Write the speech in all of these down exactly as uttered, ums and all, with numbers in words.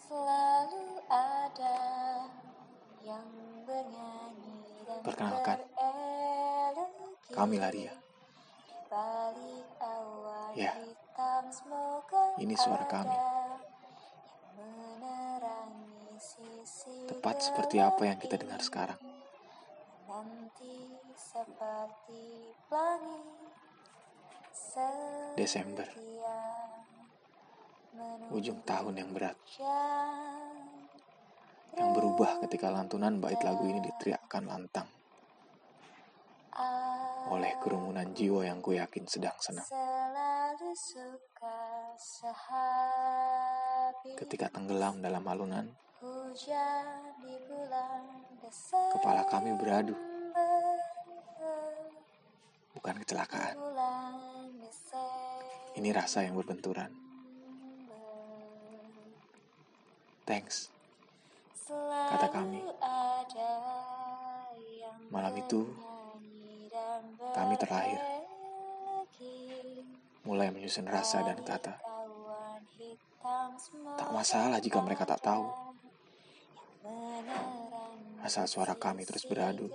Selalu ada yang bernyanyi dan Perkenalkan, berelegi. kami Laria. Balik awan Ya, hitam semoga ini suara ada kami. yang menerangi sisi Tepat seperti apa yang kita dengar sekarang. nanti seperti pelangi Desember, ujung tahun yang berat, yang berubah ketika lantunan bait lagu ini diteriakkan lantang oleh kerumunan jiwa yang kuyakin sedang senang. Ketika tenggelam dalam alunan, kepala kami beradu, bukan kecelakaan. Ini rasa yang berbenturan. Thanks, kata kami. Malam itu, kami terlahir, mulai menyusun rasa dan kata. Tak masalah jika mereka tak tahu, asal suara kami terus beradu.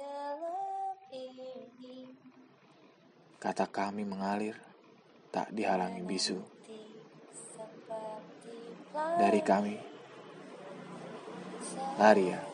Kata kami mengalir, tak dihalangi bisu. Dari kami, Laria.